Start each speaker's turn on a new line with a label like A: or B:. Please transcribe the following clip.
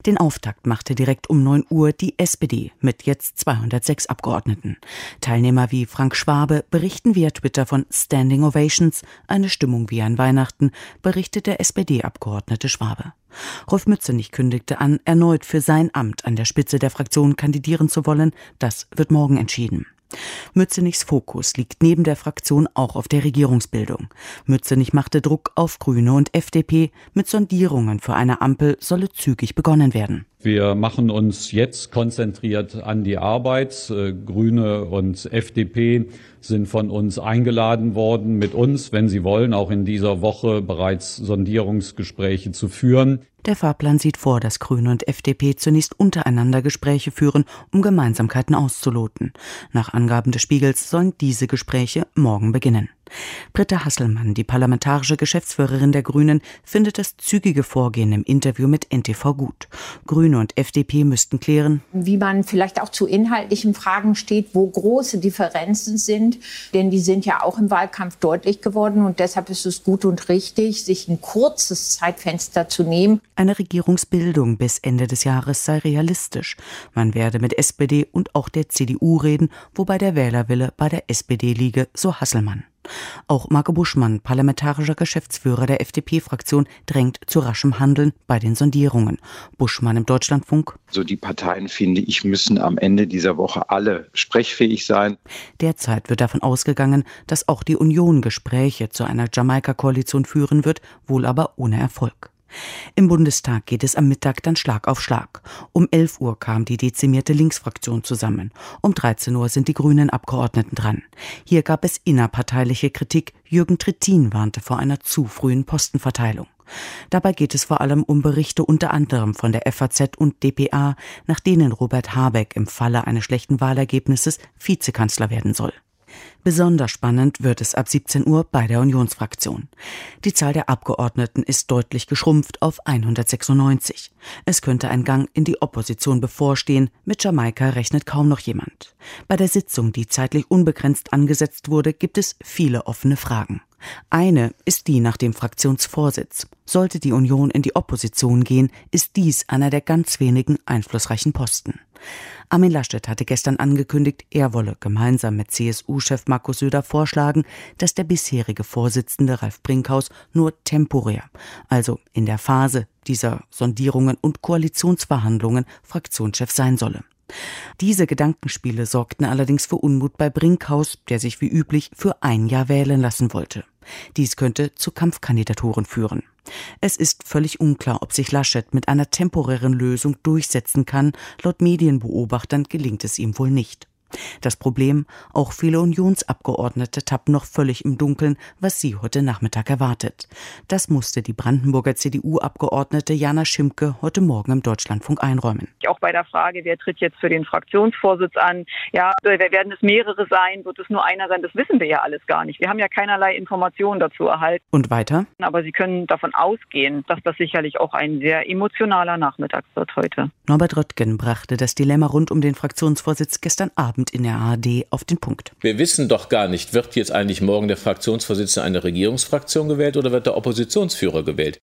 A: Den Auftakt machte direkt um 9 Uhr die SPD mit jetzt 206 Abgeordneten. Teilnehmer wie Frank Schwabe berichten via Twitter von Standing Ovations, eine Stimmung wie an Weihnachten, berichtet der SPD-Abgeordnete Schwabe. Rolf Mützenich kündigte an, erneut für sein Amt an der Spitze der Fraktion kandidieren zu wollen. Das wird morgen entschieden. Mützenichs Fokus liegt neben der Fraktion auch auf der Regierungsbildung. Mützenich machte Druck auf Grüne und FDP. Mit Sondierungen für eine Ampel solle zügig begonnen werden.
B: Wir machen uns jetzt konzentriert an die Arbeit. Grüne und FDP sind von uns eingeladen worden, mit uns, wenn sie wollen, auch in dieser Woche bereits Sondierungsgespräche zu führen.
A: Der Fahrplan sieht vor, dass Grüne und FDP zunächst untereinander Gespräche führen, um Gemeinsamkeiten auszuloten. Nach Angaben des Spiegels sollen diese Gespräche morgen beginnen. Britta Hasselmann, die parlamentarische Geschäftsführerin der Grünen, findet das zügige Vorgehen im Interview mit NTV gut. Grüne und FDP müssten klären,
C: wie man vielleicht auch zu inhaltlichen Fragen steht, wo große Differenzen sind. Denn die sind ja auch im Wahlkampf deutlich geworden. Und deshalb ist es gut und richtig, sich ein kurzes Zeitfenster zu nehmen.
A: Eine Regierungsbildung bis Ende des Jahres sei realistisch. Man werde mit SPD und auch der CDU reden, wobei der Wählerwille bei der SPD liege, so Hasselmann. Auch Marco Buschmann, parlamentarischer Geschäftsführer der FDP-Fraktion, drängt zu raschem Handeln bei den Sondierungen. Buschmann im Deutschlandfunk:
D: Also die Parteien, finde ich, müssen am Ende dieser Woche alle sprechfähig sein.
A: Derzeit wird davon ausgegangen, dass auch die Union Gespräche zu einer Jamaika-Koalition führen wird, wohl aber ohne Erfolg. Im Bundestag geht es am Mittag dann Schlag auf Schlag. Um 11 Uhr kam die dezimierte Linksfraktion zusammen. Um 13 Uhr sind die grünen Abgeordneten dran. Hier gab es innerparteiliche Kritik. Jürgen Trittin warnte vor einer zu frühen Postenverteilung. Dabei geht es vor allem um Berichte unter anderem von der FAZ und dpa, nach denen Robert Habeck im Falle eines schlechten Wahlergebnisses Vizekanzler werden soll. Besonders spannend wird es ab 17 Uhr bei der Unionsfraktion. Die Zahl der Abgeordneten ist deutlich geschrumpft auf 196. Es könnte ein Gang in die Opposition bevorstehen. Mit Jamaika rechnet kaum noch jemand. Bei der Sitzung, die zeitlich unbegrenzt angesetzt wurde, gibt es viele offene Fragen. Eine ist die nach dem Fraktionsvorsitz. Sollte die Union in die Opposition gehen, ist dies einer der ganz wenigen einflussreichen Posten. Armin Laschet hatte gestern angekündigt, er wolle gemeinsam mit CSU-Chef Markus Söder vorschlagen, dass der bisherige Vorsitzende Ralf Brinkhaus nur temporär, also in der Phase dieser Sondierungen und Koalitionsverhandlungen, Fraktionschef sein solle. Diese Gedankenspiele sorgten allerdings für Unmut bei Brinkhaus, der sich wie üblich für ein Jahr wählen lassen wollte. Dies könnte zu Kampfkandidaturen führen. Es ist völlig unklar, ob sich Laschet mit einer temporären Lösung durchsetzen kann. Laut Medienbeobachtern gelingt es ihm wohl nicht. Das Problem, auch viele Unionsabgeordnete tappen noch völlig im Dunkeln, was sie heute Nachmittag erwartet. Das musste die Brandenburger CDU-Abgeordnete Jana Schimke heute Morgen im Deutschlandfunk einräumen.
E: Auch bei der Frage, wer tritt jetzt für den Fraktionsvorsitz an? Ja, werden es mehrere sein? Wird es nur einer sein? Das wissen wir ja alles gar nicht. Wir haben ja keinerlei Informationen dazu erhalten.
A: Und weiter?
E: Aber Sie können davon ausgehen, dass das sicherlich auch ein sehr emotionaler Nachmittag wird heute.
A: Norbert Röttgen brachte das Dilemma rund um den Fraktionsvorsitz gestern Abend in der ARD auf den Punkt.
F: Wir wissen doch gar nicht, wird jetzt eigentlich morgen der Fraktionsvorsitzende einer Regierungsfraktion gewählt oder wird der Oppositionsführer gewählt?